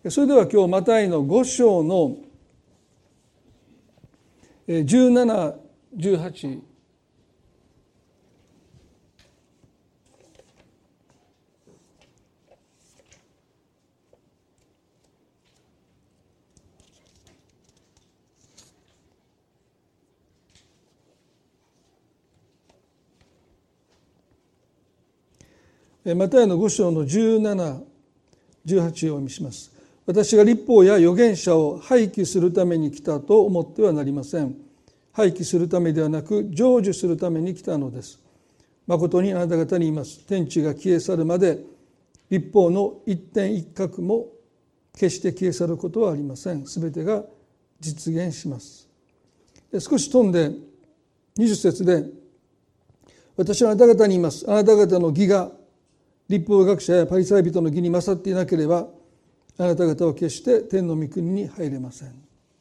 それでは今日マタイの5章の17、18マタイの5章の17、18をお読みします。私が律法や預言者を廃棄するために来たと思ってはなりません。廃棄するためではなく成就するために来たのです。誠にあなた方に言います。天地が消え去るまで律法の一点一画も決して消え去ることはありません。すべてが実現します。少し飛んで20節で、私はあなた方に言います。あなた方の義が律法学者やパリサイ人の義に勝っていなければ、あなた方は決して天の御国に入れません。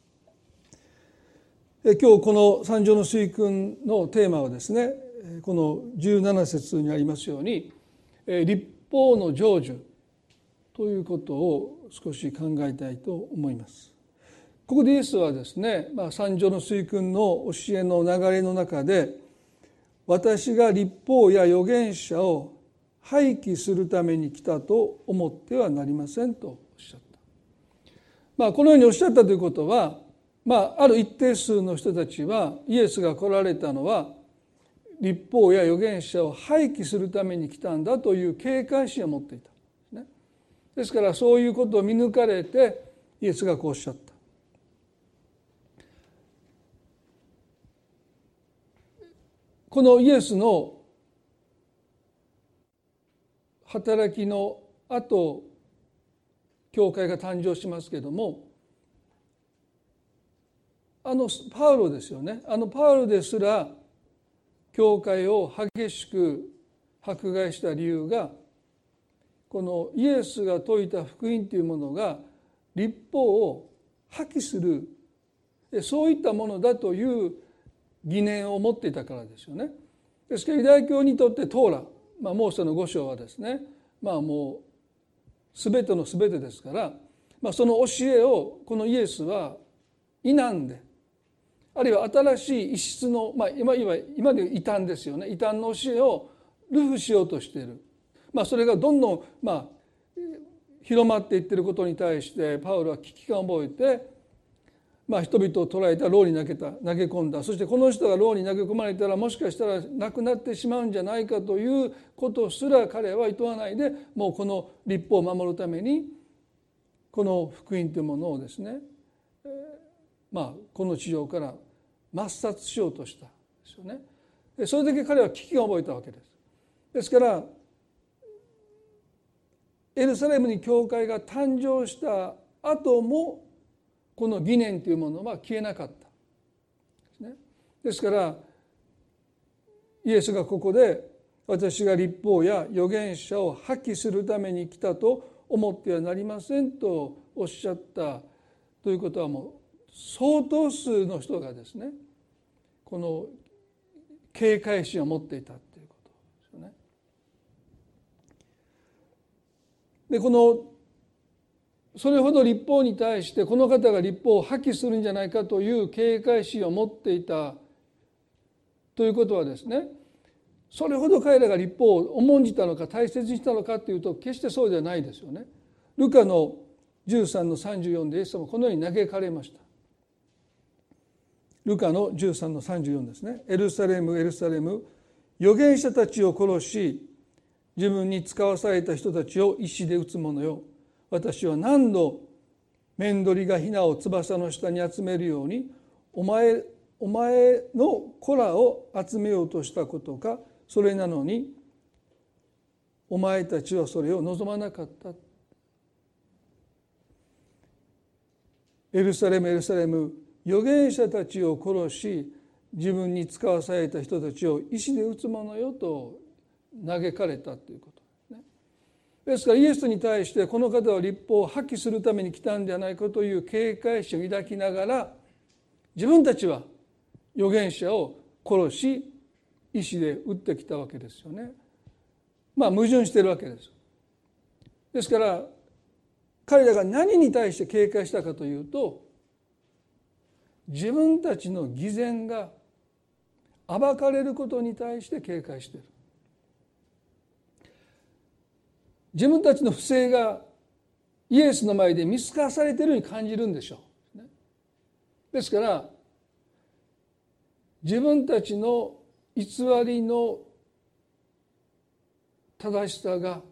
今日この三条の水訓のテーマはですね、この17節にありますように、律法の成就ということを少し考えたいと思います。ここでイエスはですね、三条の水訓の教えの流れの中で、私が律法や預言者を廃棄するために来たと思ってはなりませんとおっしゃった。このようにおっしゃったということは、ある一定数の人たちはイエスが来られたのは律法や預言者を廃棄するために来たんだという警戒心を持っていた。ですからそういうことを見抜かれてイエスがこうおっしゃった。このイエスの働きの後、教会が誕生しますけれども、パウロですよね。パウロですら教会を激しく迫害した理由が、このイエスが説いた福音というものが律法を破棄する、そういったものだという疑念を持っていたからですよね。ですからユダヤ教にとってトーラ、モーセの5章はですね、もう全ての全てですから、その教えをこのイエスは否んで、あるいは新しい異質の、今でいう異端ですよね、異端の教えを流布しようとしている。それがどんどん広まっていっていることに対してパウロは危機感を覚えて、人々を捕らえた、牢に投げ込んだ。そしてこの人が牢に投げ込まれたらもしかしたら亡くなってしまうんじゃないかということすら彼はいとわないで、もうこの律法を守るためにこの福音というものをですね、この地上から抹殺しようとしたんですよね。それだけ彼は危機を覚えたわけです。ですからエルサレムに教会が誕生した後もこの疑念というものは消えなかったですね。ですからイエスがここで私が律法や預言者を破棄するために来たと思ってはなりませんとおっしゃったということは、もう相当数の人がですね、この警戒心を持っていたということですよね。でそれほど律法に対してこの方が律法を破棄するんじゃないかという警戒心を持っていたということはですね、それほど彼らが律法を重んじたのか大切にしたのかというと決してそうではないですよね。ルカの13の34でイエス様はこのように嘆かれました。ルカの13の34ですね。エルサレムエルサレム、預言者たちを殺し自分に使わされた人たちを石で撃つ者よ、私は何度面取りが雛を翼の下に集めるようにお前の子らを集めようとしたことか。それなのにお前たちはそれを望まなかった。エルサレムエルサレム、預言者たちを殺し自分に使わされた人たちを石で撃つ者よと嘆かれたということですね。ですからイエスに対してこの方は律法を破棄するために来たんではないかという警戒心を抱きながら、自分たちは預言者を殺し石で撃ってきたわけですよね。矛盾しているわけです。ですから彼らが何に対して警戒したかというと、自分たちの偽善が暴かれることに対して警戒している。自分たちの不正がイエスの前で見透かされているように感じるんでしょう。ですから自分たちの偽りの正しさが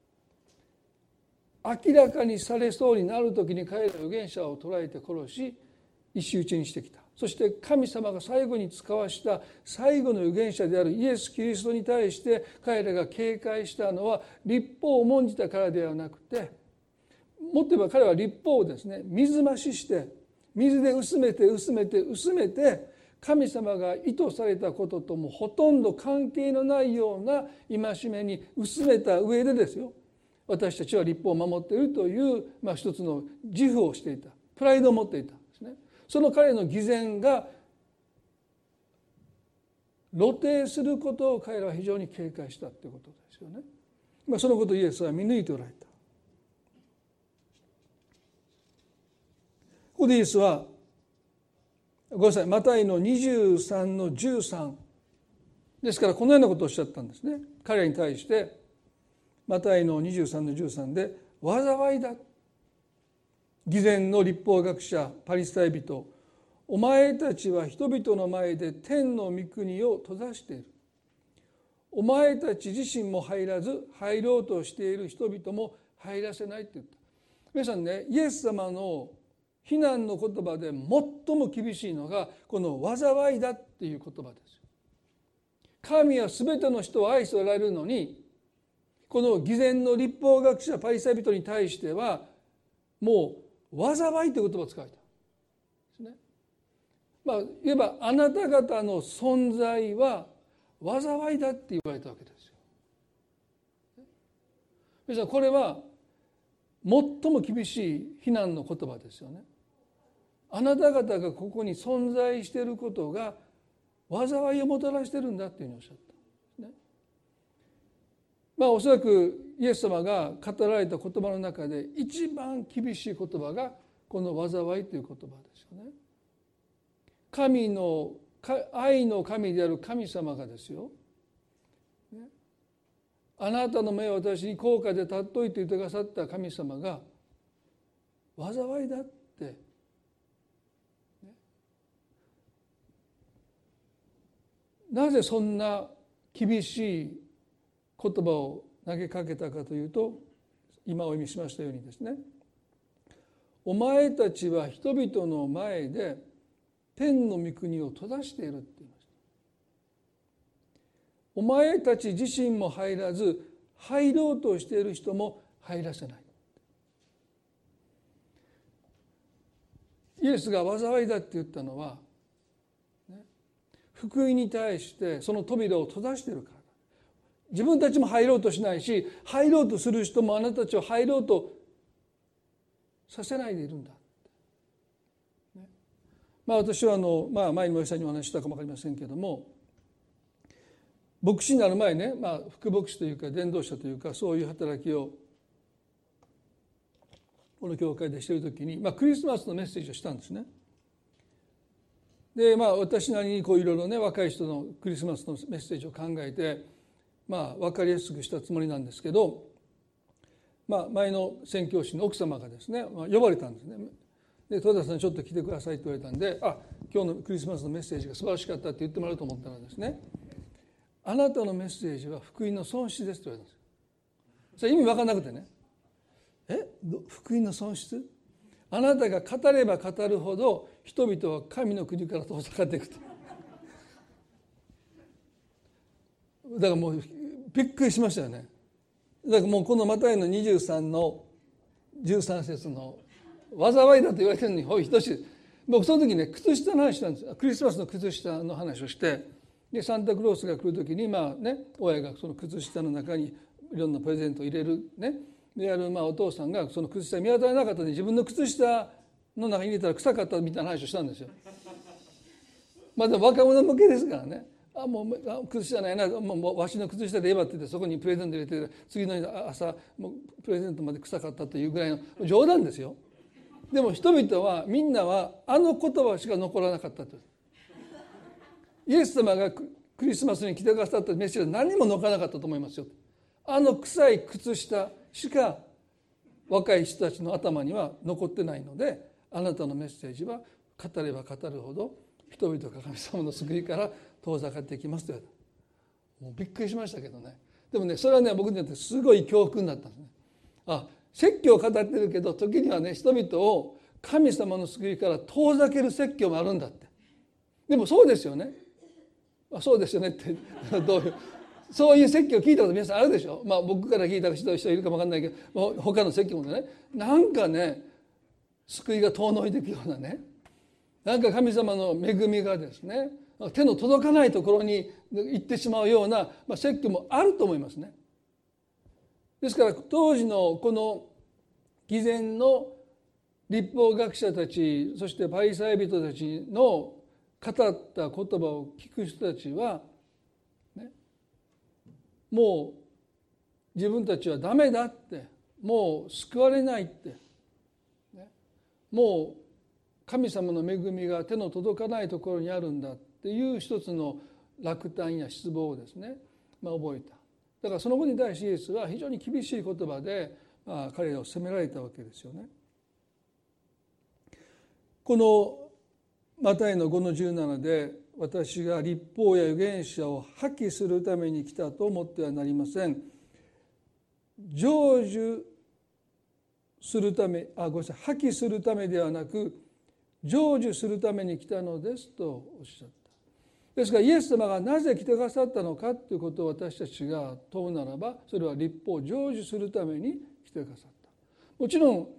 明らかにされそうになるときに彼らは預言者を捕らえて殺し石打ちにしてきた。そして神様が最後に使わした最後の預言者であるイエス・キリストに対して彼らが警戒したのは律法を重んじたからではなくて、もっと言えば彼は律法をですね、水増しして水で薄めて神様が意図されたことともほとんど関係のないような戒めに薄めた上でですよ、私たちは律法を守っているという、一つの自負をしていた、プライドを持っていたんですね。その彼の偽善が露呈することを彼らは非常に警戒したということですよね。そのことをイエスは見抜いておられた。ここでイエスはごめんなさい、マタイの23の13ですからこのようなことをおっしゃったんですね。彼らに対してマタイの23の13で、災いだ、偽善の律法学者パリサイ人、お前たちは人々の前で天の御国を閉ざしている。お前たち自身も入らず入ろうとしている人々も入らせないって言った。皆さんね、イエス様の非難の言葉で最も厳しいのがこの災いだっていう言葉です。神はすべての人を愛しておられるのに、この偽善の律法学者パリサイ人に対してはもう災いという言葉を使われたですね。いわばあなた方の存在は災いだって言われたわけですよ。皆さん、これは最も厳しい非難の言葉ですよね。あなた方がここに存在していることが災いをもたらしているんだっていうふうにおっしゃった。おそらくイエス様が語られた言葉の中で一番厳しい言葉がこの災いという言葉ですよね。神の愛の神である神様がですよ、あなたの目を私に高価で尊いと言ってくださった神様が災いだって、なぜそんな厳しい言葉を投げかけたかというと、今お読みしましたようにですね、お前たちは人々の前で天の御国を閉ざしているって言いました。お前たち自身も入らず入ろうとしている人も入らせない。イエスが災いだって言ったのは、福音に対してその扉を閉ざしているから。自分たちも入ろうとしないし、入ろうとする人もあなたたちを入ろうとさせないでいるんだ。私は前に森さんにお話したかも分かりませんけれども、牧師になる前ね、副牧師というか伝道者というかそういう働きをこの教会でしているときに、クリスマスのメッセージをしたんですね。で私なりにいろいろね、若い人のクリスマスのメッセージを考えて分かりやすくしたつもりなんですけど、前の宣教師の奥様がですね、呼ばれたんですね。で、豊田さんちょっと来てくださいって言われたんで、今日のクリスマスのメッセージが素晴らしかったって言ってもらうと思ったらですね、あなたのメッセージは福音の損失ですって言われたんですよ。それ意味分からなくてね、福音の損失？あなたが語れば語るほど人々は神の国から遠ざかっていくと。だからもうびっくりしましたよね。だからもうこのマタイの23の13節の災いだと言われてるのにほい等しい。僕その時ね、靴下の話したんです。クリスマスの靴下の話をして、でサンタクロースが来る時に親がその靴下の中にいろんなプレゼントを入れるね。でやるお父さんがその靴下見当たらなかったので自分の靴下の中に入れたら臭かったみたいな話をしたんですよ。でも若者向けですからね、 もう靴下ないな、もうわしの靴下でええわって言ってそこにプレゼント入れて次の朝もうプレゼントまで臭かったというぐらいの冗談ですよ。でも人々はみんなはあの言葉しか残らなかったと。イエス様がクリスマスに来てくださったメッセージは何も残らなかったと思いますよ。あの臭い靴下しか若い人たちの頭には残ってないので、あなたのメッセージは語れば語るほど人々が神様の救いから遠ざかっていきますと言われた。もうびっくりしましたけどね。でもね、それはね、僕にとってすごい教訓だったんですね。説教を語ってるけど時にはね、人々を神様の救いから遠ざける説教もあるんだって。でもそうですよね。そうですよねってどういうそういう説教を聞いたこと皆さんあるでしょ。僕から聞いた人いるかもわかんないけど、他の説教もね、なんかね、救いが遠のいていくようなね、なんか神様の恵みがですね、手の届かないところに行ってしまうような、説教もあると思いますね。ですから当時のこの偽善の律法学者たち、そしてパリサイ人たちの語った言葉を聞く人たちは、ね、もう自分たちはダメだって、もう救われないって、ね、もう神様の恵みが手の届かないところにあるんだっていう一つの落胆や失望をですね、覚えた。だからその後に対しイエスは非常に厳しい言葉で、彼らを責められたわけですよね。このマタイの5の17で、私が律法や預言者を破棄するために来たと思ってはなりません。成就するため、破棄するためではなく成就するために来たのですとおっしゃった。ですからイエス様がなぜ来てくださったのかということを私たちが問うならば、それは律法を成就するために来てくださった。もちろん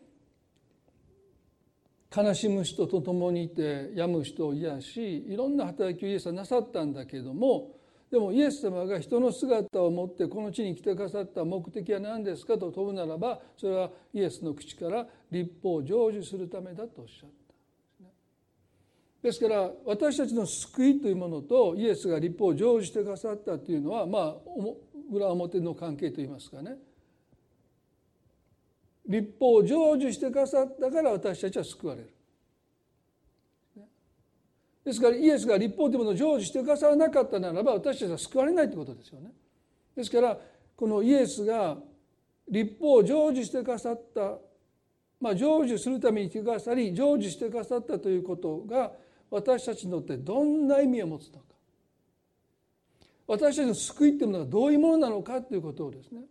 悲しむ人と共にいて病む人を癒し、いろんな働きをイエスはなさったんだけれども、でもイエス様が人の姿を持ってこの地に来てくださった目的は何ですかと問うならば、それはイエスの口から律法を成就するためだとおっしゃった。ですから私たちの救いというものとイエスが律法を成就してくださったというのは、裏表の関係といいますかね、律法を成就してくださったから私たちは救われる。ですからイエスが律法というものを成就してくださらなかったならば、私たちは救われないということですよね。ですからこのイエスが律法を成就してくださった、成就するために来てくださり成就してくださったということが私たちにとってどんな意味を持つのか、私たちの救いというものがどういうものなのかということをですね、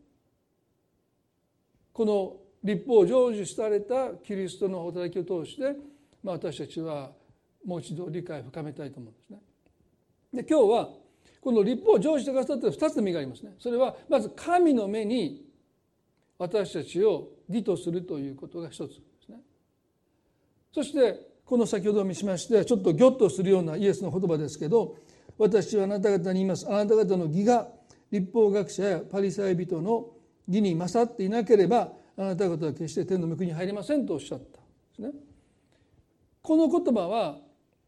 この律法を成就されたキリストの働きを通して、私たちはもう一度理解を深めたいと思うんですね。で、今日はこの律法を成就してくださった2つの意味がありますね。それはまず神の目に私たちを義とするということが一つですね。そしてこの先ほど見しましてちょっとギョッとするようなイエスの言葉ですけど、私はあなた方に言います。あなた方の義が律法学者やパリサイ人の義に勝っていなければ、あなた方は決して天の御国に入りませんとおっしゃったんですね。この言葉は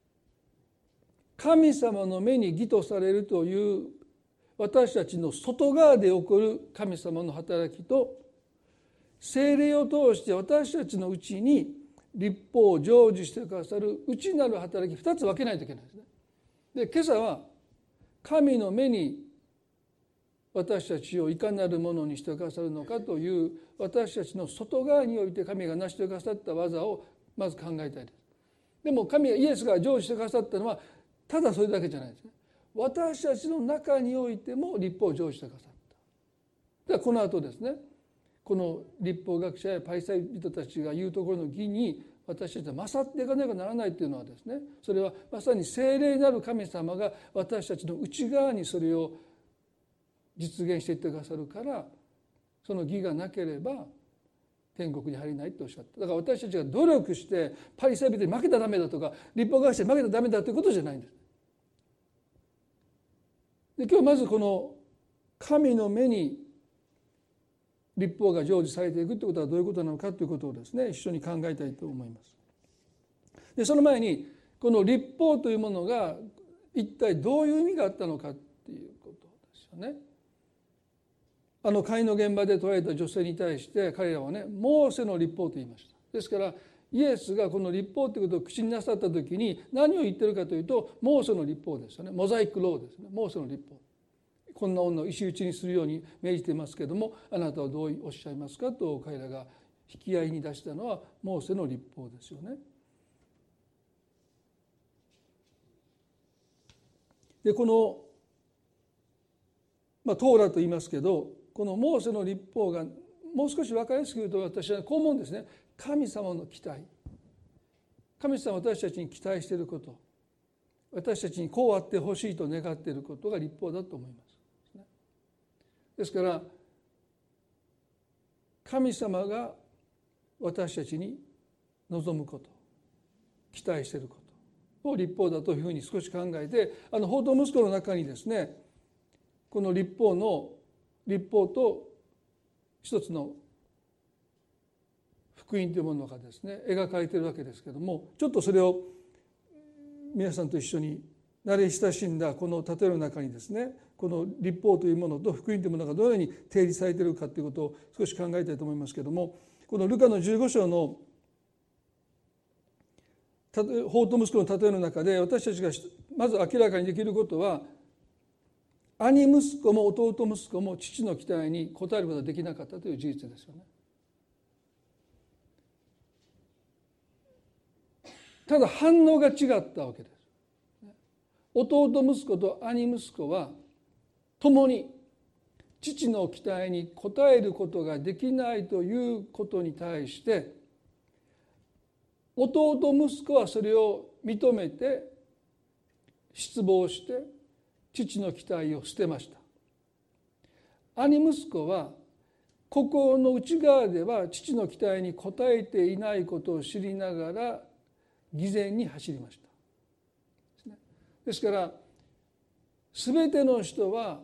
神様の目に義とされるという私たちの外側で起こる神様の働きと、聖霊を通して私たちのうちに律法を成就してくださる内なる働き、2つ分けないといけないですね。で、今朝は神の目に私たちをいかなるものにしてくださるのかという私たちの外側において神が成してくださった技をまず考えたいです。でもイエスが成就してくださったのはただそれだけじゃないですね。私たちの中においても律法を成就してくださった。ではこの後ですね、この律法学者やパリサイ人たちが言うところの義に私たちは勝っていかなきゃならないというのはですね、それはまさに聖霊なる神様が私たちの内側にそれを実現していってくださるから、その義がなければ天国に入れないとおっしゃった。だから私たちが努力してパリサイ人に負けたらダメだとか律法学者に負けたらダメだということじゃないんです。で、今日まずこの神の目に律法が成就されていくということはどういうことなのかということをですね、一緒に考えたいと思います。で、その前にこの律法というものが一体どういう意味があったのかっていうことですよね。会の現場で捉えた女性に対して彼らはね、モーセの律法と言いました。ですからイエスがこの律法ということを口になさった時に何を言ってるかというと、モーセの律法ですよね。モザイクローですね。モーセの律法。こんな女を石打ちにするように命じていますけれども、あなたはどうおっしゃいますかと彼らが引き合いに出したのはモーセの律法ですよね。でこの、トーラと言いますけど、このモーセの律法がもう少し分かりやすく言うと、私はこう思うんですね。神様の期待、神様は私たちに期待していること、私たちにこうあってほしいと願っていることが律法だと思います。ですから神様が私たちに望むこと、期待していることを律法だというふうに少し考えて、法と息子の中にですね、この律法と一つの福音というものがですね描かれているわけですけれども、ちょっとそれを皆さんと一緒に慣れ親しんだこの例えの中にですね、この律法というものと福音というものがどのように定義されているかということを少し考えたいと思いますけれども、このルカの15章の法と息子の例えの中で、私たちがまず明らかにできることは、兄息子も弟息子も父の期待に応えることができなかったという事実ですよね。ただ反応が違ったわけです。弟息子と兄息子は共に父の期待に応えることができないということに対して、弟息子はそれを認めて失望して父の期待を捨てました。兄息子は心の内側では父の期待に応えていないことを知りながら偽善に走りました。ですから全ての人は、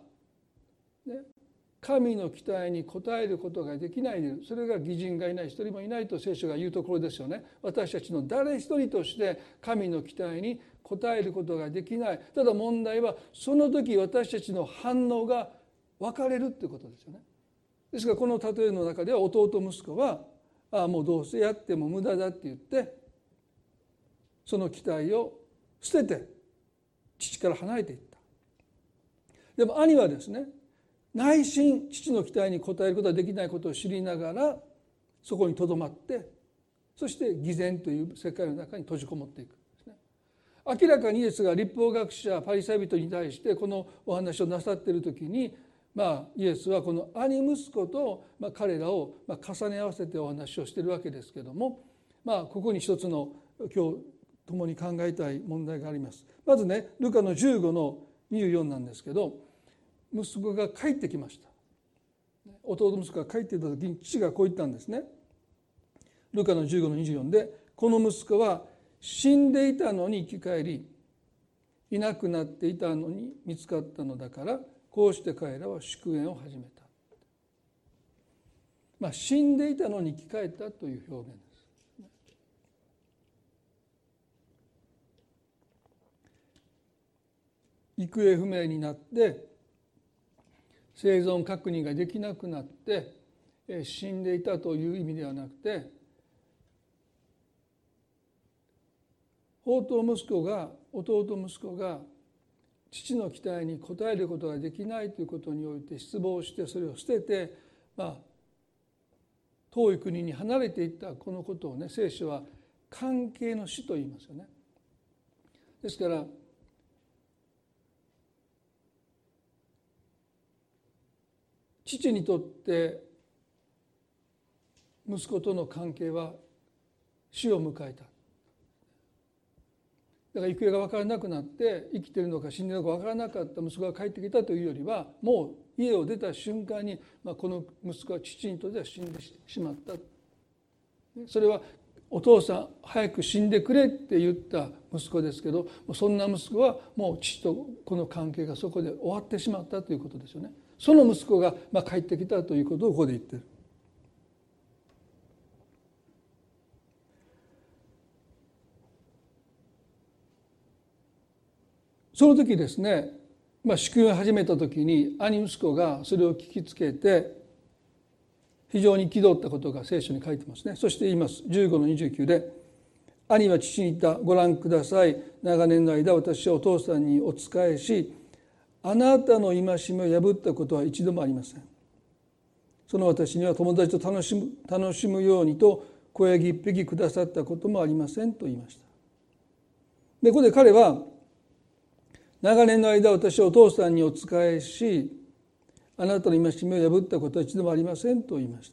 神の期待に応えることができないでいる。それが義人がいない、一人もいないと聖書が言うところですよね。私たちの誰一人として神の期待に応えることができない。ただ問題はその時私たちの反応が分かれるということですよね。ですからこの例えの中では弟息子はもうどうせやっても無駄だって言ってその期待を捨てて父から離れていった。でも兄はですね、内心父の期待に応えることができないことを知りながらそこにとどまって、そして偽善という世界の中に閉じこもっていくんですね。明らかにイエスが律法学者パリサイ人に対してこのお話をなさっている時に、イエスはこの兄息子と彼らを重ね合わせてお話をしているわけですけれども、ここに一つの今日共に考えたい問題があります。まずね、ルカの15の24なんですけど、息子が帰ってきました。弟息子が帰ってきた時に父がこう言ったんですね。ルカの15の24で、この息子は死んでいたのに生き返り、いなくなっていたのに見つかったのだから、こうして彼らは祝宴を始めた。死んでいたのに生き返ったという表現です。行方不明になって生存確認ができなくなって死んでいたという意味ではなくて、弟息子が父の期待に応えることができないということにおいて失望してそれを捨てて、遠い国に離れていったこのことをね、聖書は関係の死と言いますよね。ですから父にとって息子との関係は死を迎えた。だから行方が分からなくなって生きているのか死んでいるのか分からなかった息子が帰ってきたというよりは、もう家を出た瞬間に、この息子は父にとっては死んでしまった。それはお父さん早く死んでくれって言った息子ですけど、そんな息子はもう父とこの関係がそこで終わってしまったということですよね。その息子が帰ってきたということをここで言っている。 その時ですね、祝言を始めた時に兄息子がそれを聞きつけて非常に憤ったことが聖書に書いてますね。そして言います。15の29で、兄は父に言った。ご覧ください。長年の間私はお父さんにお仕えし、あなたの戒めを破ったことは一度もありません。その私には友達と楽しむようにと小ヤギ一匹くださったこともありませんと言いました。で、ここで彼は長年の間私はお父さんにお仕えし、あなたの戒めを破ったことは一度もありませんと言いました。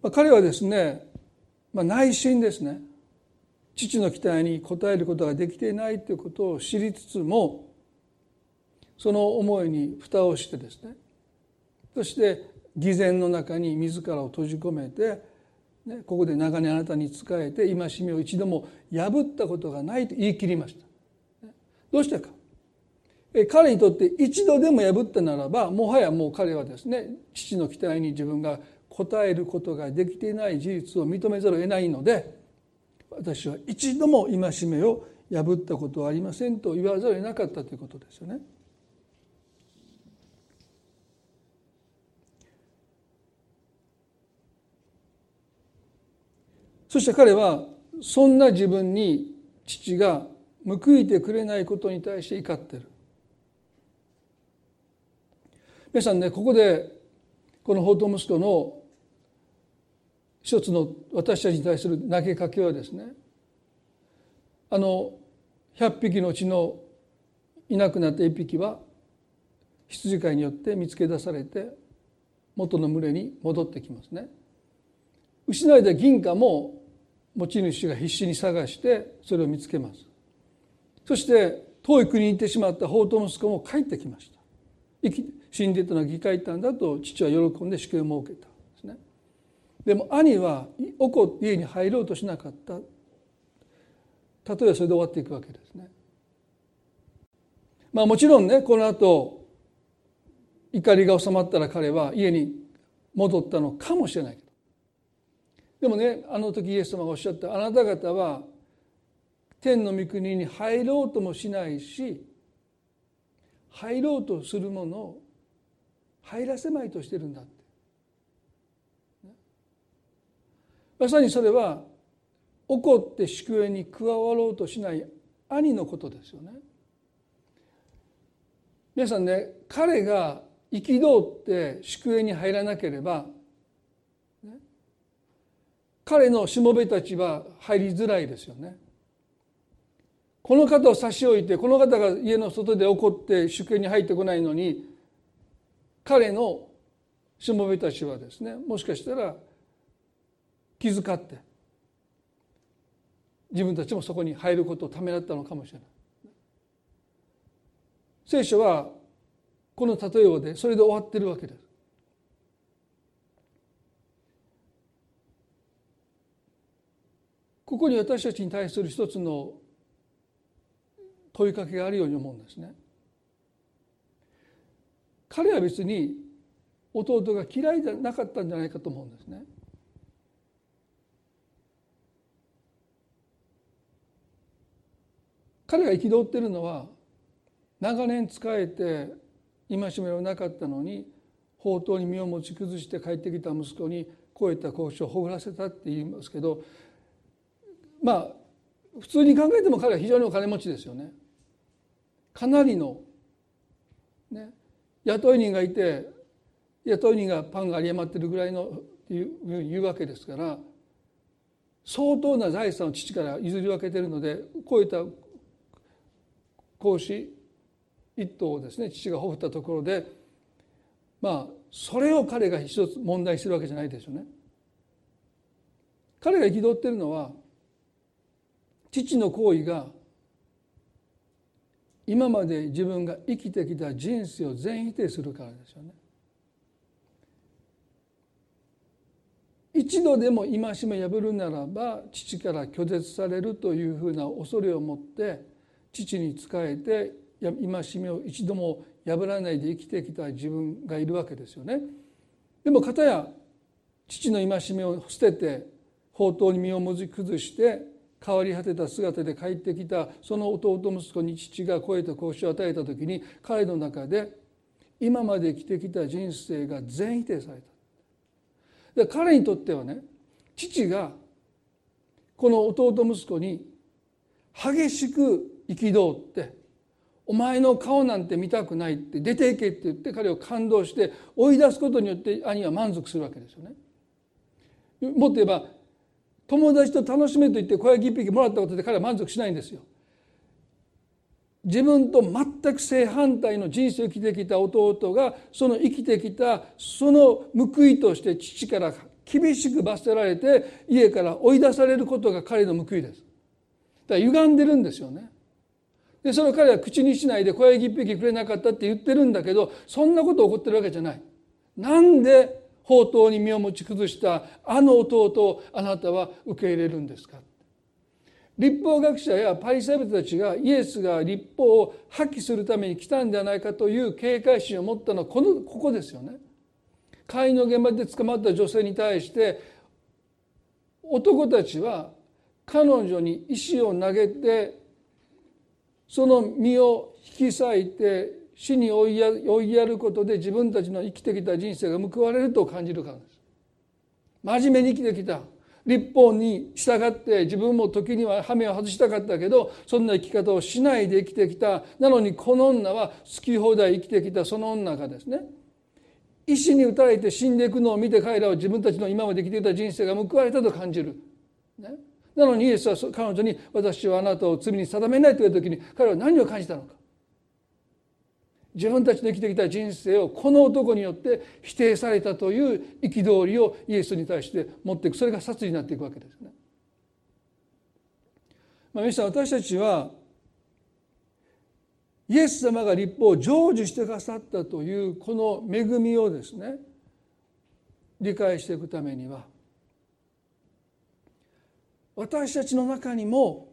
彼はですね、内心ですね、父の期待に応えることができていないということを知りつつも、その思いに蓋をしてですね、そして偽善の中に自らを閉じ込めて、ここで長年あなたに仕えて戒めを一度も破ったことがないと言い切りました。どうしてか。彼にとって一度でも破ったならば、もはやもう彼はですね、父の期待に自分が応えることができていない事実を認めざるを得ないので、私は一度も戒めを破ったことはありませんと言わざるを得なかったということですよね。そして彼はそんな自分に父が報いてくれないことに対して怒っている。皆さんね、ここでこの放蕩息子の一つの私たちに対する投げかけはですね、100匹のうちのいなくなった1匹は羊飼いによって見つけ出されて元の群れに戻ってきますね。失われた銀貨も持ち主が必死に探してそれを見つけます。そして遠い国に行ってしまった放蕩息子も帰ってきました。死んでいたのは義会ったんだと父は喜んで祝言を設けたんですね。でも兄は怒って家に入ろうとしなかった。例えばそれで終わっていくわけですね。もちろんね、この後怒りが収まったら彼は家に戻ったのかもしれないけど、でもね、あの時イエス様がおっしゃった、あなた方は天の御国に入ろうともしないし、入ろうとするものを入らせまいとしてるんだって。まさにそれは怒って祝宴に加わろうとしない兄のことですよね。皆さんね、彼が憤って祝宴に入らなければ、彼のしもべたちは入りづらいですよね。この方を差し置いて、この方が家の外で怒って祝宴に入ってこないのに、彼のしもべたちはですね、もしかしたら気遣って自分たちもそこに入ることをためらったのかもしれない。聖書はこの例えをでそれで終わってるわけです。ここに私たちに対する一つの問いかけがあるように思うんですね。彼は別に弟が嫌いじゃなかったんじゃないかと思うんですね。彼が憤っているのは、長年仕えて戒めはなかったのに放蕩に身を持ち崩して帰ってきた息子にこういった交渉をほぐらせたって言いますけど、普通に考えても彼は非常にお金持ちですよね。かなりの、雇い人がいて、雇い人がパンが有り余ってるぐらいのっていうわけですから、相当な財産を父から譲り分けているので、こういった子牛一頭をですね、父がほふったところで、それを彼が一つ問題してるわけじゃないですよね。彼が憤っているのは、父の行為が今まで自分が生きてきた人生を全否定するからですよね。一度でも戒め破るならば父から拒絶されるというふうな恐れを持って父に仕えて戒めを一度も破らないで生きてきた自分がいるわけですよね。でも片や父の戒めを捨てて放蕩に身をもじ崩して変わり果てた姿で帰ってきたその弟息子に父が声と子を与えた時に、彼の中で今まで生きてきた人生が全否定された。で彼にとってはね、父がこの弟息子に激しく憤って、お前の顔なんて見たくないって出ていけって言って彼を感動して追い出すことによって兄は満足するわけですよね。もっと言えば友達と楽しめと言って小焼き一匹もらったことで彼は満足しないんですよ。自分と全く正反対の人生を生きてきた弟がその生きてきたその報いとして父から厳しく罰せられて家から追い出されることが彼の報いです。だから歪んでるんですよね。でそれを彼は口にしないで小ヤギ一匹くれなかったって言ってるんだけど、そんなこと起こってるわけじゃない。なんで放蕩に身を持ち崩したあの弟をあなたは受け入れるんですか。律法学者やパリサイ人たちがイエスが律法を破棄するために来たんではないかという警戒心を持ったのはここですよね。会員の現場で捕まった女性に対して男たちは彼女に石を投げてその身を引き裂いて死に追いやることで自分たちの生きてきた人生が報われると感じるからです。真面目に生きてきた律法に従って自分も時には羽目を外したかったけどそんな生き方をしないで生きてきた。なのにこの女は好き放題生きてきたその女がですね、石に打たれて死んでいくのを見て彼らは自分たちの今まで生きてきた人生が報われたと感じる、ね、なのにイエスは彼女に私はあなたを罪に定めないと言った時に彼は何を感じたのか。自分たちの生きてきた人生をこの男によって否定されたという憤りをイエスに対して持っていく。それが殺意になっていくわけですね。皆さん、私たちはイエス様が律法を成就してくださったというこの恵みをですね理解していくためには、私たちの中にも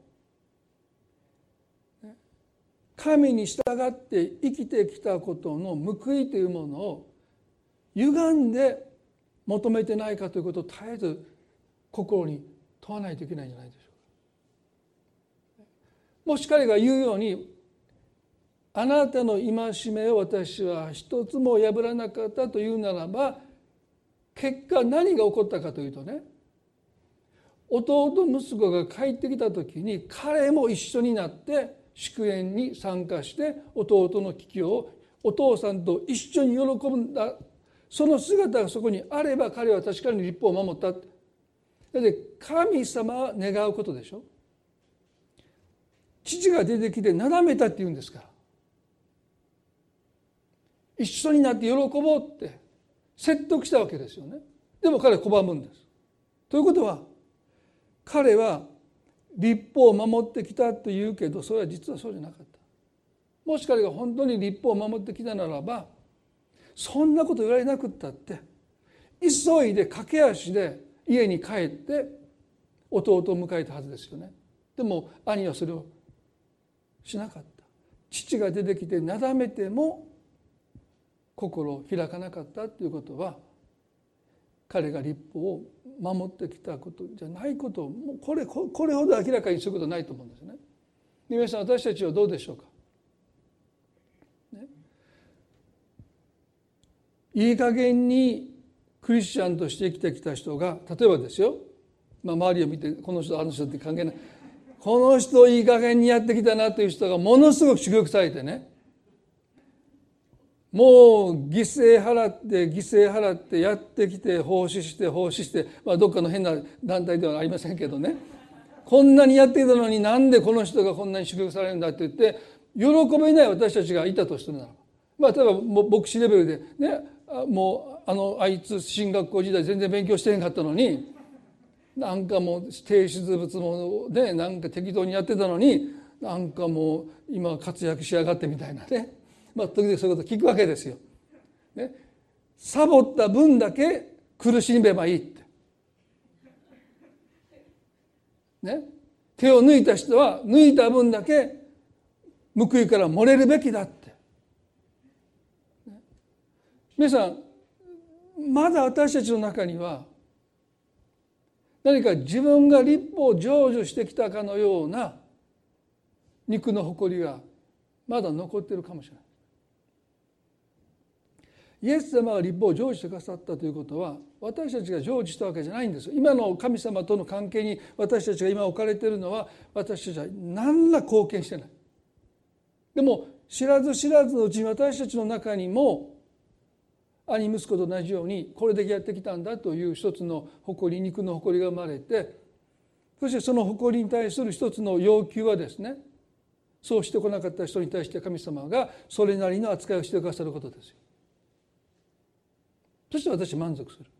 神に従って生きてきたことの報いというものを歪んで求めてないかということを絶えず心に問わないといけないんじゃないでしょうか。もし彼が言うように、あなたの戒めを私は一つも破らなかったというならば、結果何が起こったかというとね、弟息子が帰ってきた時に彼も一緒になって祝宴に参加して弟の帰居をお父さんと一緒に喜んだ。その姿がそこにあれば彼は確かに律法を守った。だって神様は願うことでしょ。父が出てきてなだめたって言うんですから、一緒になって喜ぼうって説得したわけですよね。でも彼は拒むんです。ということは彼は律法を守ってきたというけど、それは実はそうじゃなかった。もし彼が本当に律法を守ってきたならば、そんなこと言われなくったって急いで駆け足で家に帰って弟を迎えたはずですよね。でも兄はそれをしなかった。父が出てきてなだめても心を開かなかったということは、彼が律法を守ってきたことじゃないことをもうこれほど明らかにすることはないと思うんですね。皆さん、私たちはどうでしょうか、ね、いい加減にクリスチャンとして生きてきた人が、例えばですよ、周りを見てこの人あの人って関係ない、この人いい加減にやってきたなという人がものすごく祝福されてね、もう犠牲払ってやってきて奉仕して、どっかの変な団体ではありませんけどね、こんなにやってきたのになんでこの人がこんなに祝福されるんだって言って喜べない私たちがいたとするならば、例えば牧師レベルでね、もうあいつ進学校時代全然勉強してへんかったのに、なんかもう提出物もねなんか適当にやってたのに、なんかもう今活躍しやがってみたいなね、時々そういうこと聞くわけですよ、ね、サボった分だけ苦しめばいいって、ね、手を抜いた人は抜いた分だけ報いから漏れるべきだって、ね、皆さん、まだ私たちの中には何か自分が律法を成就してきたかのような肉の誇りがまだ残っているかもしれない。イエス様が律法を成就してくださったということは、私たちが成就したわけじゃないんです。今の神様との関係に私たちが今置かれているのは、私たちは何ら貢献してない。でも知らず知らずのうちに私たちの中にも兄息子と同じようにこれだけやってきたんだという一つの誇り、肉の誇りが生まれて、そしてその誇りに対する一つの要求はですね、そうしてこなかった人に対して神様がそれなりの扱いをしてくださることですよ。そして私満足する。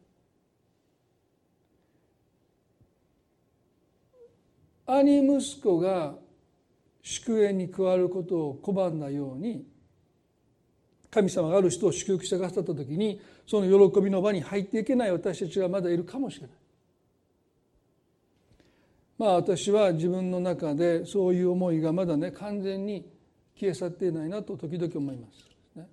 兄息子が祝宴に加わることを拒んだように、神様がある人を祝福してくださった時にその喜びの場に入っていけない私たちがまだいるかもしれない。私は自分の中でそういう思いがまだね、完全に消え去っていないなと時々思います。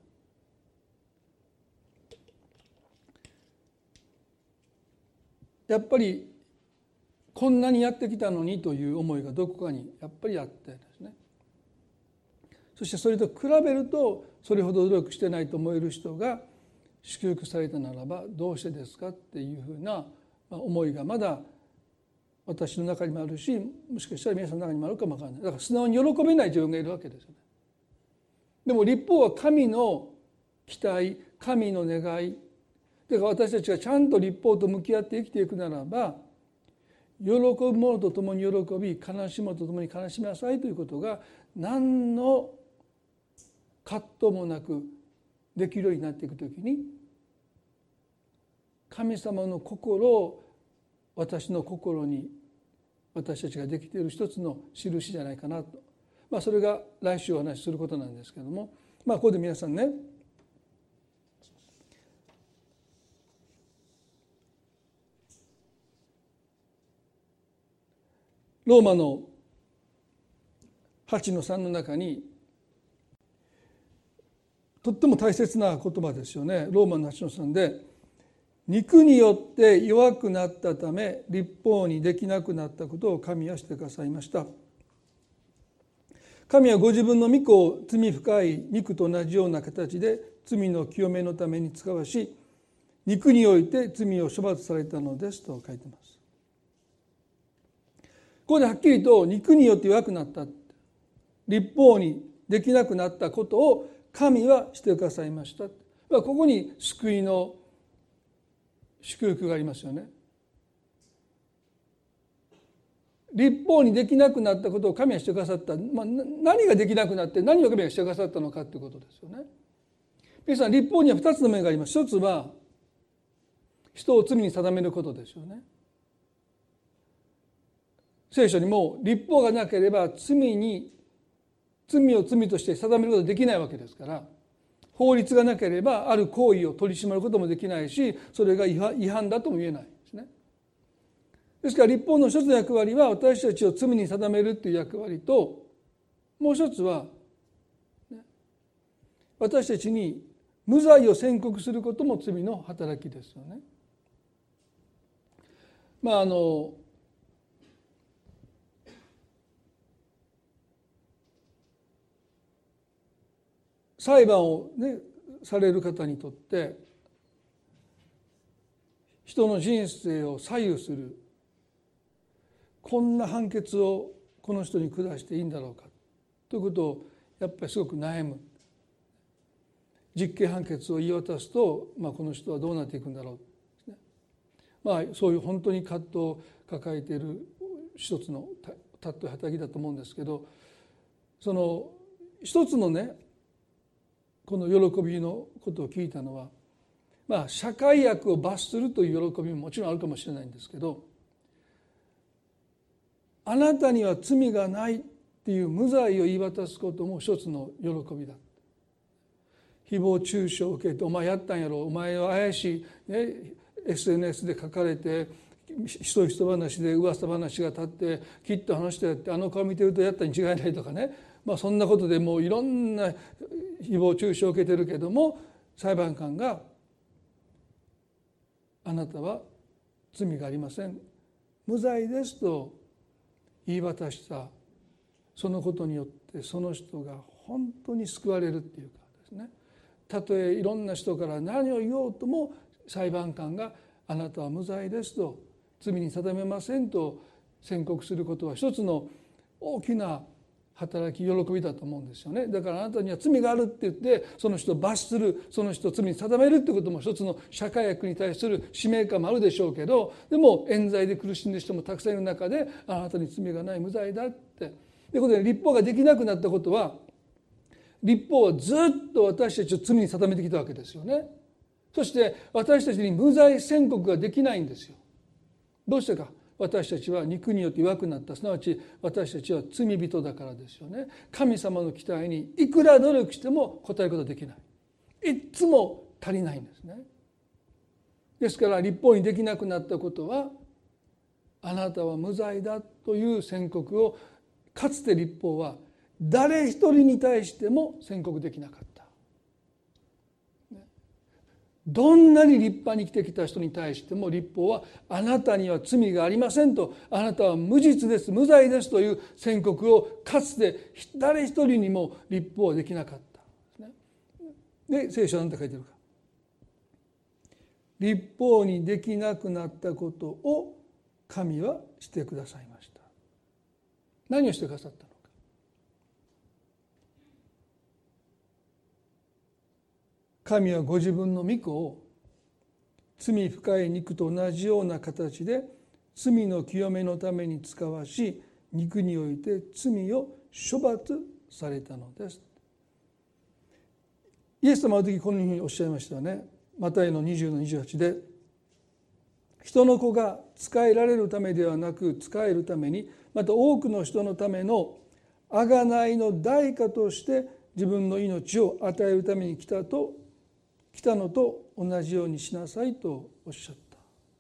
やっぱりこんなにやってきたのにという思いがどこかにやっぱりあってですね。そしてそれと比べるとそれほど努力してないと思える人が祝福されたならばどうしてですかっていうふうな思いがまだ私の中にもあるし、もしかしたら皆さんの中にもあるかもわからない。だから素直に喜べない自分がいるわけですよね。でも律法は神の期待、神の願いだから、私たちがちゃんと律法と向き合って生きていくならば、喜ぶ者と共に喜び、悲しむ者と共に悲しみなさいということが何の葛藤もなくできるようになっていくときに、神様の心を私の心に私たちができている一つの印じゃないかなと、それが来週お話しすることなんですけども、ここで皆さんね、ローマの8の3の中にとっても大切な言葉ですよね。ローマの8の3で、肉によって弱くなったため律法にできなくなったことを神はしてくださいました。神はご自分の御子を罪深い肉と同じような形で罪の清めのために使わし、肉において罪を処罰されたのですと書いています。ここではっきりと肉によって弱くなった、律法にできなくなったことを神はしてくださいました。ここに救いの祝福がありますよね。律法にできなくなったことを神はしてくださった、何ができなくなって何を神がしてくださったのかということですよね。皆さん、律法には2つの面があります。一つは人を罪に定めることですよね。聖書にも律法がなければ罪を罪として定めることができないわけですから、法律がなければある行為を取り締まることもできないし、それが違反だとも言えないですね。ですから律法の一つの役割は私たちを罪に定めるという役割と、もう一つは私たちに無罪を宣告することも罪の働きですよね。裁判をされる方にとって人の人生を左右するこんな判決をこの人に下していいんだろうかということをやっぱりすごく悩む。実刑判決を言い渡すと、この人はどうなっていくんだろう、そういう本当に葛藤を抱えている一つのたっとい働きだと思うんですけど、その一つのね、この喜びのことを聞いたのは、社会悪を罰するという喜びももちろんあるかもしれないんですけど、あなたには罪がないっていう無罪を言い渡すことも一つの喜びだ。誹謗中傷を受けて、お前やったんやろ、お前は怪しい、SNS で書かれてひそひそ話で噂話が立ってきっと話してやって、あの顔見てるとやったに違いないとかね、そんなことでもういろんな誹謗中傷を受けてるけども、裁判官があなたは罪がありません、 無罪ですと言い渡したそのことによってその人が本当に救われるっていうかですね、たとえいろんな人から何を言おうとも裁判官があなたは無罪ですと罪に定めませんと宣告することは一つの大きな働き喜びだと思うんですよね。だからあなたには罪があるって言ってその人を罰する、その人を罪に定めるってことも一つの社会役に対する使命感もあるでしょうけど、でも冤罪で苦しんでいる人もたくさんいる中であなたに罪がない無罪だってということで、立法ができなくなったことは立法はずっと私たちを罪に定めてきたわけですよね。そして私たちに無罪宣告ができないんですよ。どうしてか。私たちは肉によって弱くなった、すなわち私たちは罪人だからですよね。神様の期待にいくら努力しても応えることができない。いつも足りないんですね。ですから立法にできなくなったことはあなたは無罪だという宣告をかつて立法は誰一人に対しても宣告できなかった。どんなに立派に生きてきた人に対しても立法はあなたには罪がありませんと、あなたは無実です、無罪ですという宣告をかつて誰一人にも立法はできなかったで、聖書は何て書いてるか。立法にできなくなったことを神はしてくださいました。何をしてくださったのか。神はご自分の御子を罪深い肉と同じような形で罪の清めのために使わし、肉において罪を処罰されたのです。イエス様は時このようにおっしゃいましたよね。マタイの20の28で、人の子が仕えられるためではなく仕えるために、また多くの人のための贖いの代価として自分の命を与えるために来たのと同じようにしなさいとおっしゃった。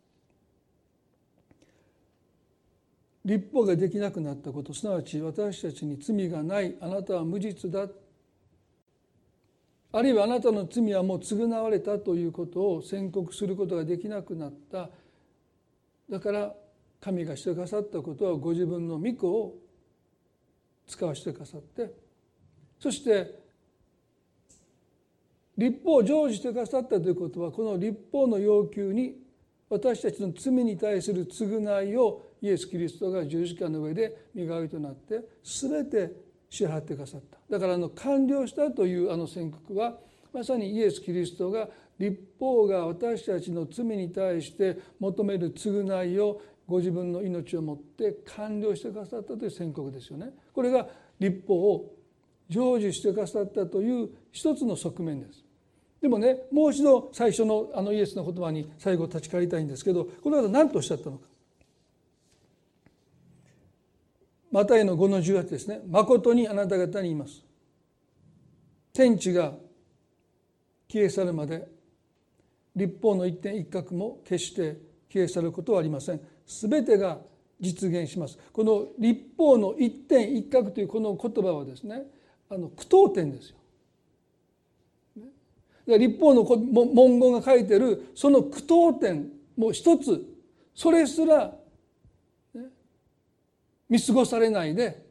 立法ができなくなったこと、すなわち私たちに罪がない、あなたは無実だ、あるいはあなたの罪はもう償われたということを宣告することができなくなった。だから神がしてくださったことはご自分の御子を使わせてくださって、そして立法を成就してくださったということは、この立法の要求に私たちの罪に対する償いをイエス・キリストが十字架の上で身代わりとなって全て支払ってくださった。だから完了したという宣告はまさにイエス・キリストが立法が私たちの罪に対して求める償いをご自分の命をもって完了してくださったという宣告ですよね。これが立法を成就してくださったという一つの側面です。でもね、もう一度最初のイエスの言葉に最後立ち返りたいんですけど、この方何とおっしゃったのか。マタイの5の18ですね。誠にあなた方に言います。天地が消え去るまで立法の一点一画も決して消え去ることはありません。すべてが実現します。この立法の一点一画というこの言葉はですね、句読点ですよ。立法の文言が書いているその句読点も一つ、それすら見過ごされないで、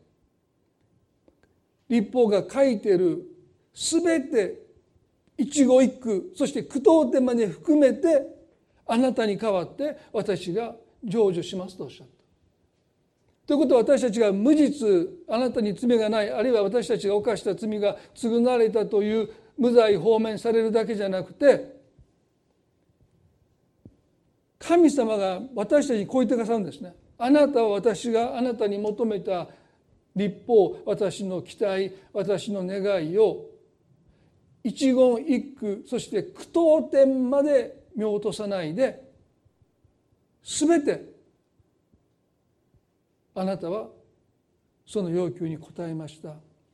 立法が書いているすべて一語一句、そして句読点まで含めてあなたに代わって私が成就しますとおっしゃった。ということは、私たちが無実、あなたに罪がない、あるいは私たちが犯した罪が償われたという無罪放免されるだけじゃなくて、神様が私たちにこう言ってくださるんですね。あなたは私があなたに求めた立法、私の期待、私の願いを一言一句、そして句読点まで見落とさないで、すべてあなたはその要求に応えました。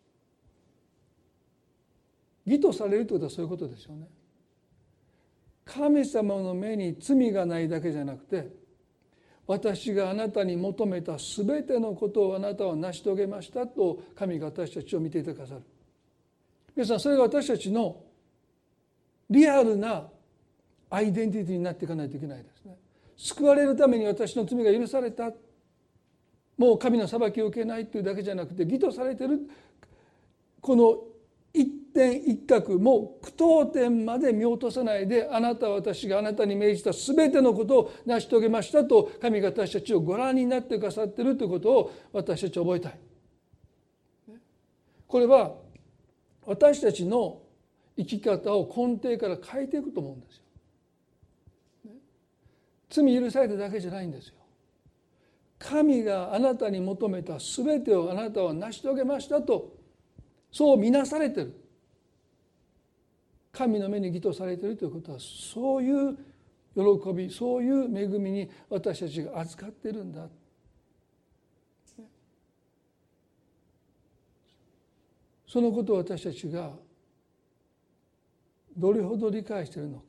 義とされるということはそういうことですよね。神様の目に罪がないだけじゃなくて、私があなたに求めたすべてのことをあなたは成し遂げましたと神が私たちを見ていてくださる。皆さん、それが私たちのリアルなアイデンティティになっていかないといけないですね。 救われるために私の罪が許された、もう神の裁きを受けないというだけじゃなくて、義とされているこの一点一角、もう句読点まで見落とさないで、あなたは私があなたに命じた全てのことを成し遂げましたと神が私たちをご覧になってくださっているということを私たちは覚えたい。これは私たちの生き方を根底から変えていくと思うんですよ。罪許されただけじゃないんですよ。神があなたに求めた全てをあなたは成し遂げましたと、そう見なされている。神の目に義とされているということは、そういう喜び、そういう恵みに私たちが預かっているんだ。そのことを私たちがどれほど理解しているのか、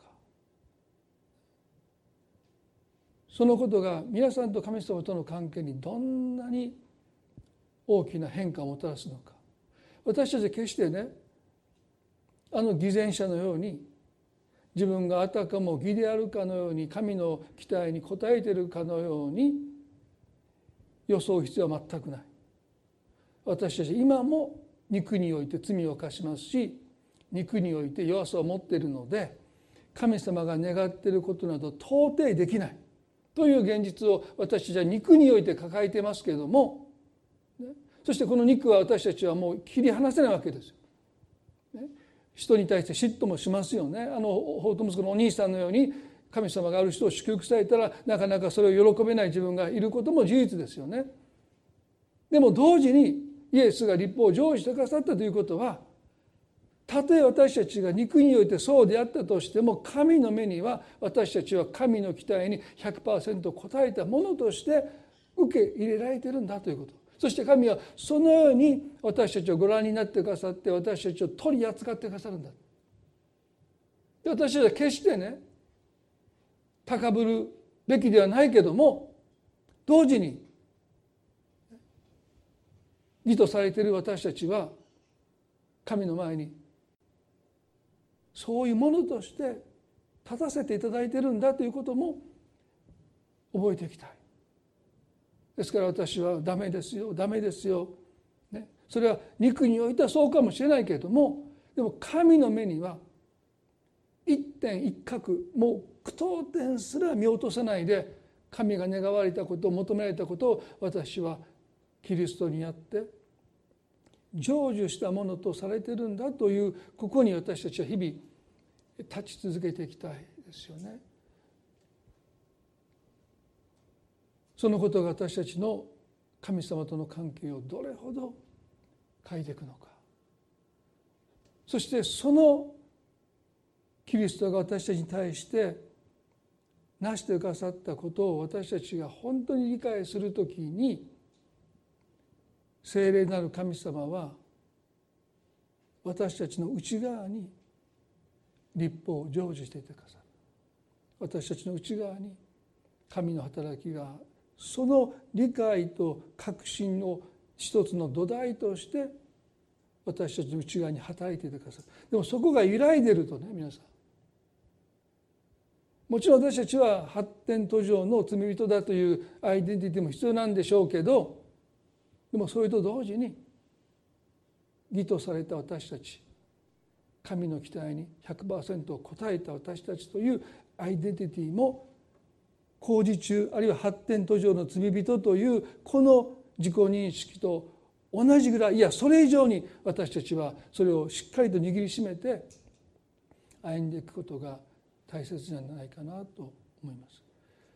そのことが皆さんと神様との関係にどんなに大きな変化をもたらすのか。私たちは決してね、偽善者のように自分があたかも義であるかのように、神の期待に応えているかのように装う必要は全くない。私たち今も肉において罪を犯しますし、肉において弱さを持っているので、神様が願っていることなど到底できないという現実を私たちは肉において抱えていますけれども、そしてこの肉は私たちはもう切り離せないわけですよ。人に対して嫉妬もしますよね。法と息子のお兄さんのように、神様がある人を祝福されたらなかなかそれを喜べない自分がいることも事実ですよね。でも同時にイエスが律法を成就してくださったということは、たとえ私たちが肉においてそうであったとしても、神の目には私たちは神の期待に 100% 応えたものとして受け入れられているんだということ。そして神はそのように私たちをご覧になってくださって、私たちを取り扱ってくださるんだ。で、私たちは決してね、高ぶるべきではないけども、同時に義とされている私たちは神の前にそういうものとして立たせていただいているんだということも覚えていきたい。ですから私はダメですよ、ダメですよ、ね、それは肉においてはそうかもしれないけれども、でも神の目には一点一角、もう句読点すら見落とさないで、神が願われたことを、求められたことを私はキリストにあって成就したものとされているんだという、ここに私たちは日々立ち続けていきたいですよね。そのことが私たちの神様との関係をどれほど変えていくのか、そしてそのキリストが私たちに対して成してくださったことを私たちが本当に理解するときに、聖霊なる神様は私たちの内側に律法を成就していてくださる。私たちの内側に神の働きが、その理解と確信の一つの土台として私たちの内側に働いていてくださる。でもそこが揺らいでいるとね、皆さん、もちろん私たちは発展途上の罪人だというアイデンティティも必要なんでしょうけど、でもそれと同時に義とされた私たち、神の期待に 100% 応えた私たちというアイデンティティも、工事中あるいは発展途上の罪人というこの自己認識と同じぐらい、いやそれ以上に私たちはそれをしっかりと握りしめて歩んでいくことが大切じゃないかなと思います。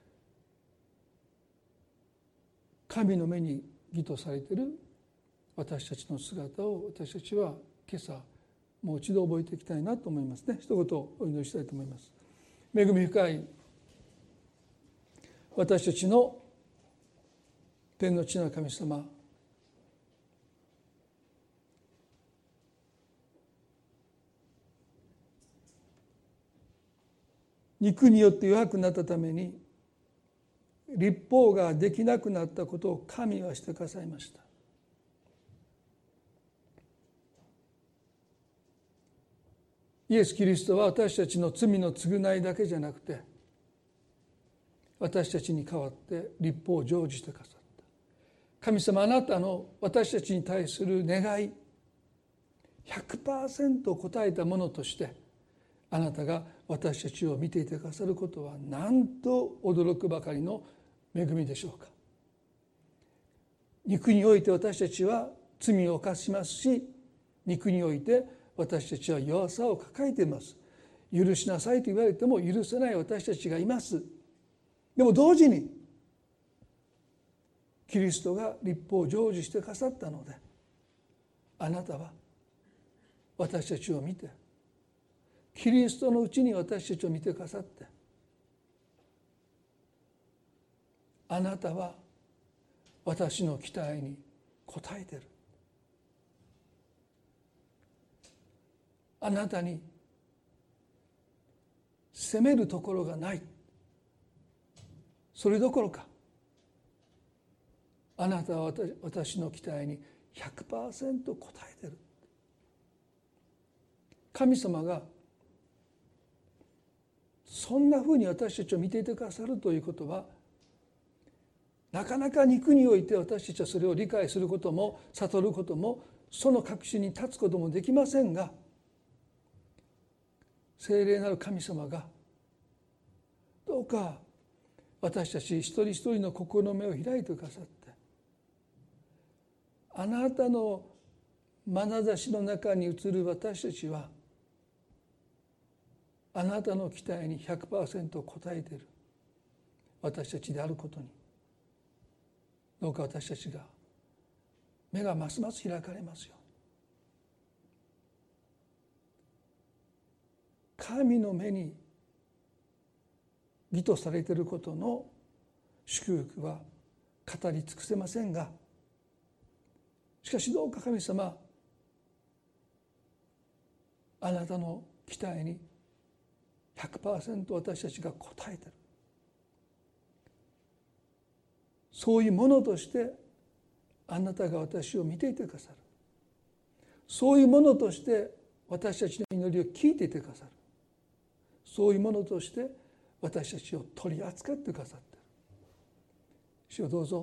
神の目に義とされている私たちの姿を私たちは今朝もう一度覚えていきたいなと思いますね。一言お祈りしたいと思います。恵み深い私たちの天の地の神様、肉によって弱くなったために律法ができなくなったことを神はしてくださいました。イエス・キリストは私たちの罪の償いだけじゃなくて、 私たちに代わって律法を成就してくださった。神様、あなたの私たちに対する願い 100% 答えたものとしてあなたが私たちを見ていてくださることはなんと驚くばかりの恵みでしょうか。肉において私たちは罪を犯しますし、肉において私たちは弱さを抱えています。許しなさいと言われても許せない私たちがいます。でも同時にキリストが律法を成就してくださったので、あなたは私たちを見て、キリストのうちに私たちを見てくださって、あなたは私の期待に応えている。あなたに責めるところがない。それどころか、あなたは私の期待に 100% 応えている。神様がそんなふうに私たちを見ていてくださるということは、なかなか肉において私たちはそれを理解することも悟ることもその確信に立つこともできませんが、聖霊なる神様がどうか私たち一人一人の心の目を開いてくださって、あなたの眼差しの中に映る私たちはあなたの期待に 100% 応えている私たちであることに、どうか私たちが目がますます開かれますように。神の目に義とされていることの祝福は語り尽くせませんが、しかしどうか神様、あなたの期待に 100% 私たちが応えている、そういうものとしてあなたが私を見ていてくださる、そういうものとして私たちの祈りを聞いていてくださる、そういうものとして私たちを取り扱ってくださっている。主よ、どうぞ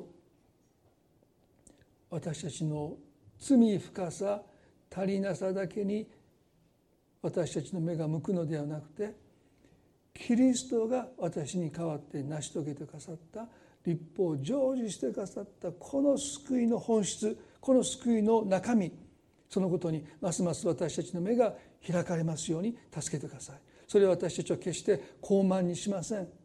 私たちの罪深さ足りなさだけに私たちの目が向くのではなくて、キリストが私に代わって成し遂げてくださった律法を成就してくださったこの救いの本質、この救いの中身、そのことにますます私たちの目が開かれますように助けてください。それは私たちは決して傲慢にしません。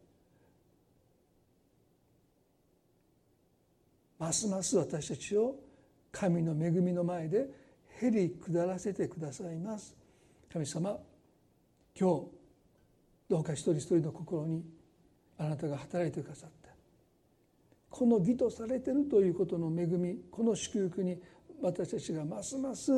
ますます私たちを神の恵みの前でへり下らせてくださいます。神様、今日どうか一人一人の心にあなたが働いてくださって、この義とされているということの恵み、この祝福に私たちがますます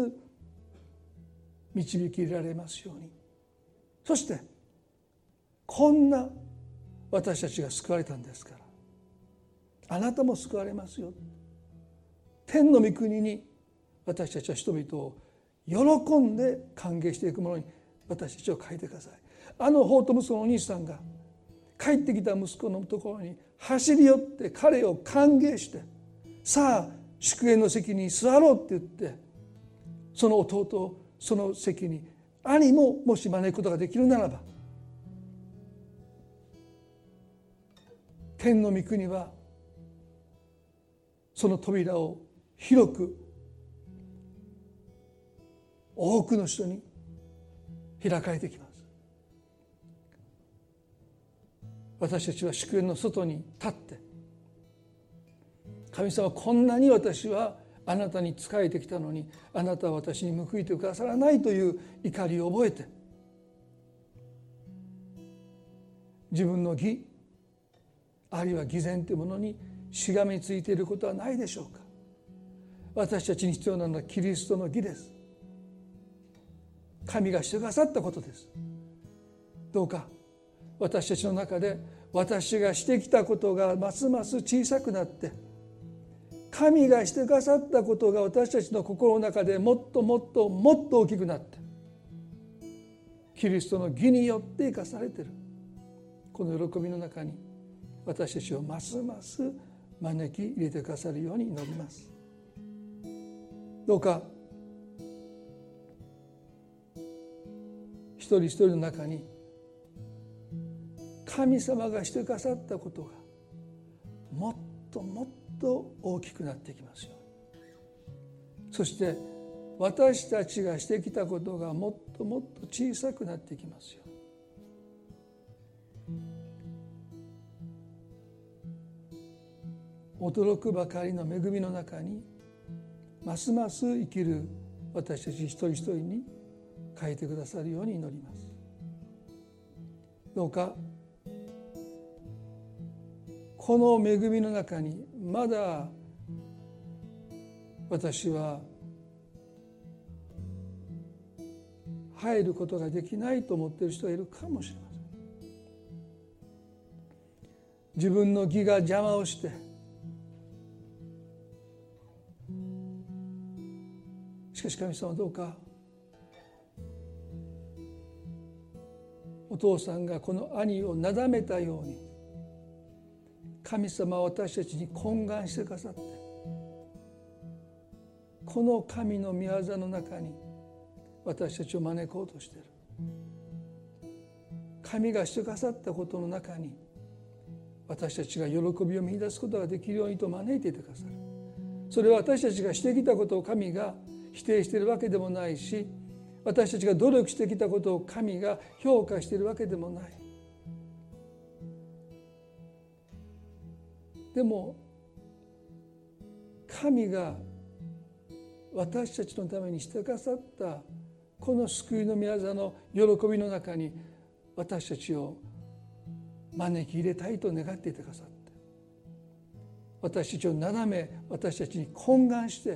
導きられますように。そしてこんな私たちが救われたんですから、あなたも救われますよ。天の御国に私たちは人々を喜んで歓迎していくものに私たちを変えてください。あの法と息子のお兄さんが帰ってきた息子のところに走り寄って彼を歓迎して、さあ祝宴の席に座ろうって言って、その弟をその席に兄ももし招くことができるならば、天の御国はその扉を広く多くの人に開かれてきます。私たちは祝宴の外に立って、神様、こんなに私はあなたに仕えてきたのにあなたは私に報いてくださらないという怒りを覚えて、自分の義あるいは偽善というものにしがみついていることはないでしょうか。私たちに必要なのはキリストの義です。神がしてくださったことです。どうか私たちの中で私がしてきたことがますます小さくなって、神がしてくださったことが私たちの心の中でもっともっともっと大きくなって、キリストの義によって生かされているこの喜びの中に私たちをますます招き入れてくださるように祈ります。どうか一人一人の中に神様がしてくださったことがもっともっと大きくなっていきますように、そして私たちがしてきたことがもっともっと小さくなっていきますように、驚くばかりの恵みの中にますます生きる私たち一人一人に変えてくださるように祈ります。どうかこの恵みの中にまだ私は入ることができないと思っている人がいるかもしれません。自分の義が邪魔をしてしかし神様どうかお父さんがこの兄をなだめたように神様は私たちに懇願してくださって、この神の御業の中に私たちを招こうとしている。神がしてくださったことの中に私たちが喜びを見出すことができるようにと招いていてくださる。それは私たちがしてきたことを神が否定しているわけでもないし、私たちが努力してきたことを神が評価しているわけでもない。でも神が私たちのためにしてくださったこの救いの御業の喜びの中に私たちを招き入れたいと願っていてくださって、私たちをなだめ、私たちに懇願して、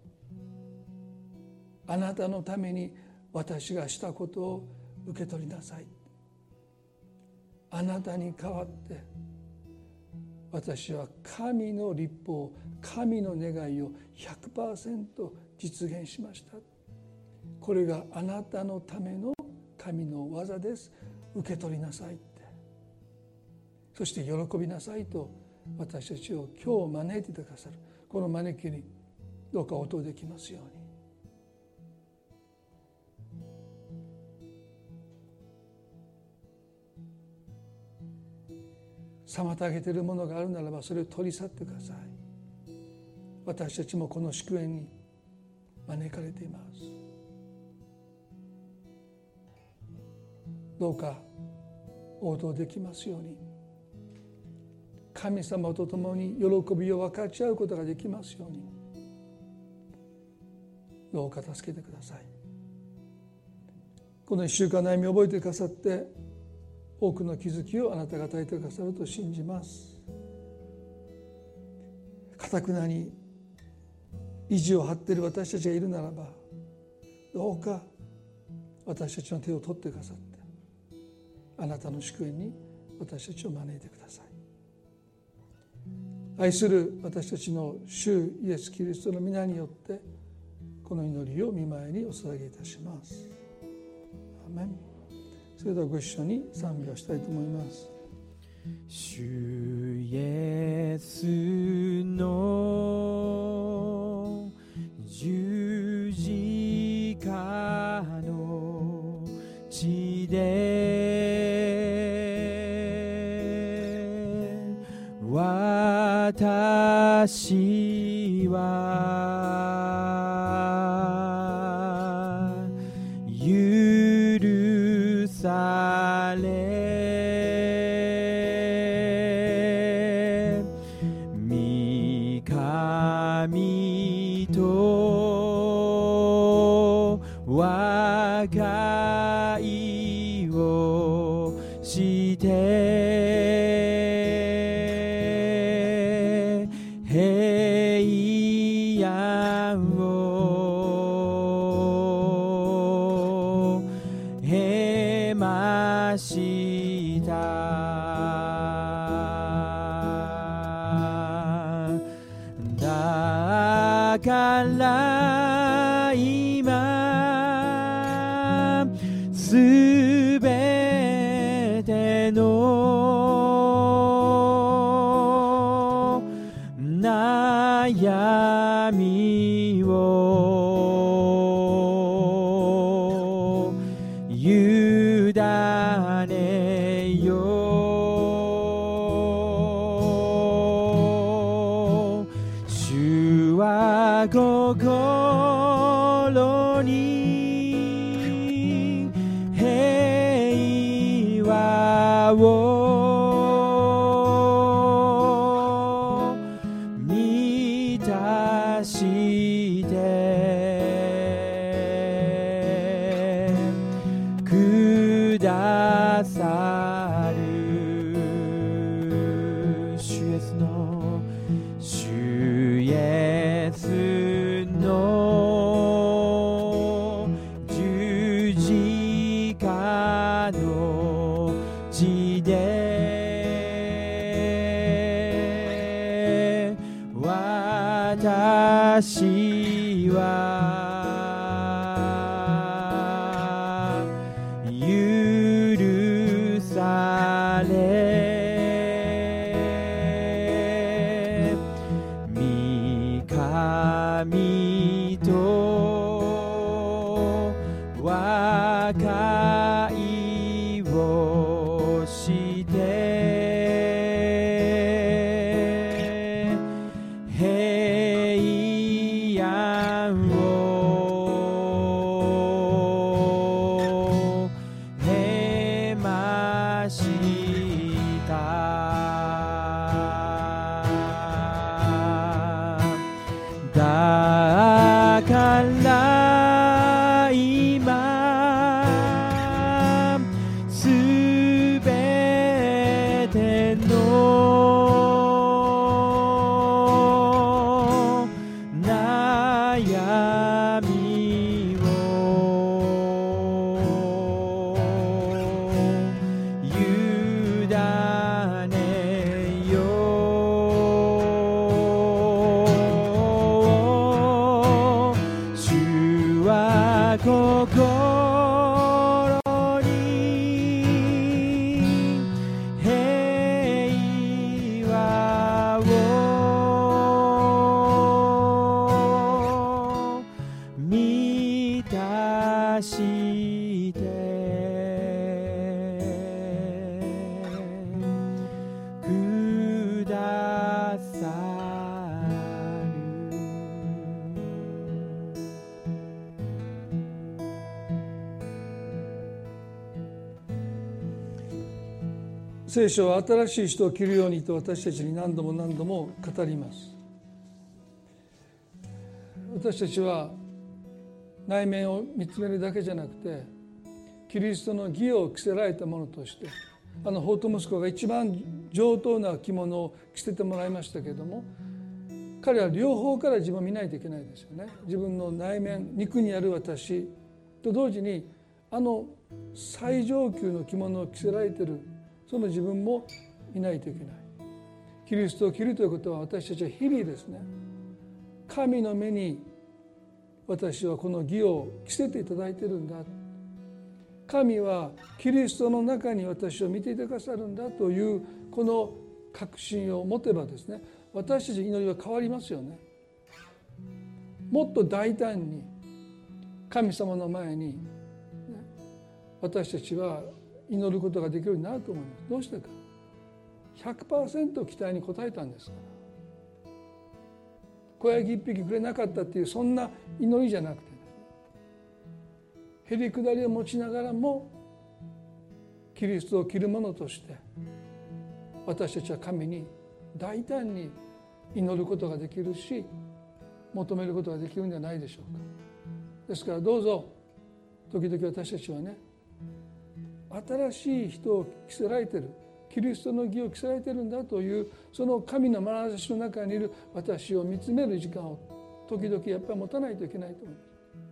あなたのために私がしたことを受け取りなさい。あなたに代わって私は神の律法、神の願いを 100% 実現しました。これがあなたのための神の技です。受け取りなさいって、そして喜びなさいと私たちを今日招いてくださる。この招きにどうか応答できますように。妨げているものがあるならばそれを取り去ってください。私たちもこの祝宴に招かれています。どうか応答できますように、神様と共に喜びを分かち合うことができますように、どうか助けてください。この1週間の歩みを覚えてくださって多くの気づきをあなたが与えてくださると信じます。堅なに意地を張っている私たちがいるならば、どうか私たちの手を取ってくださって、あなたの祝宴に私たちを招いてください。愛する私たちの主イエス・キリストの皆によってこの祈りを御前にお捧げいたします。アーメン。それではご一緒に賛美をしたいと思います。 主イエスの十字架の地で私は許され、御神と和解をして平安を得ました。だから今すべての悩みを委ねよ。主は心に平和を満たしてくださる。主イエスの十字架の地で私は許され、御神と和解をして平安を得ました。だから今すべての悩みを委ねよ。主は心に平和を満たしてくださる。 聖書は新しい人を着るようにと私たちに何度も何度も語ります。私たちは内面を見つめるだけじゃなくて、キリストの義を着せられたものとして、法と息子が一番上等な着物を着せてもらいましたけれども、彼は両方から自分を見ないといけないですよね。自分の内面、肉にある私と同時に最上級の着物を着せられているその自分も見ないといけない。キリストを着るということは、私たちは日々ですね、神の目に私はこの義を着せていただいているんだ、神はキリストの中に私を見ていてくださるんだというこの確信を持てばですね、私たちの祈りは変わりますよね。もっと大胆に神様の前に、私たちは祈ることができるようになると思います。どうしてか、 100% 期待に応えたんですから。子ヤギ一匹くれなかったっていうそんな祈りじゃなくて、へりくだりを持ちながらもキリストを着るものとして私たちは神に大胆に祈ることができるし、求めることができるんじゃないでしょうか。ですからどうぞ時々私たちはね、新しい人を着せられている、キリストの義を着せられているんだというその神の眼差しの中にいる私を見つめる時間を時々やっぱり持たないといけないと思います。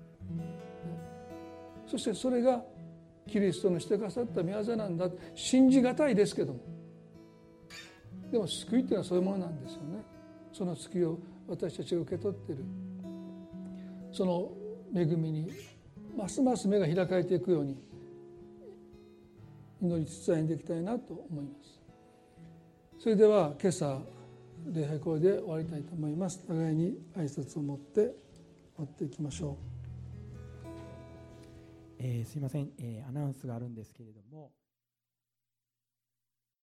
そしてそれがキリストのしてくださった御業なんだ、信じがたいですけども、でも救いっていうのはそういうものなんですよね。その救いを私たちが受け取っている、その恵みにますます目が開かれていくように祈りつつ歩んでいきたいなと思います。それでは今朝礼拝これで終わりたいと思います。互いに挨拶を持って終わっていきましょう。 すいません、アナウンスがあるんですけれども。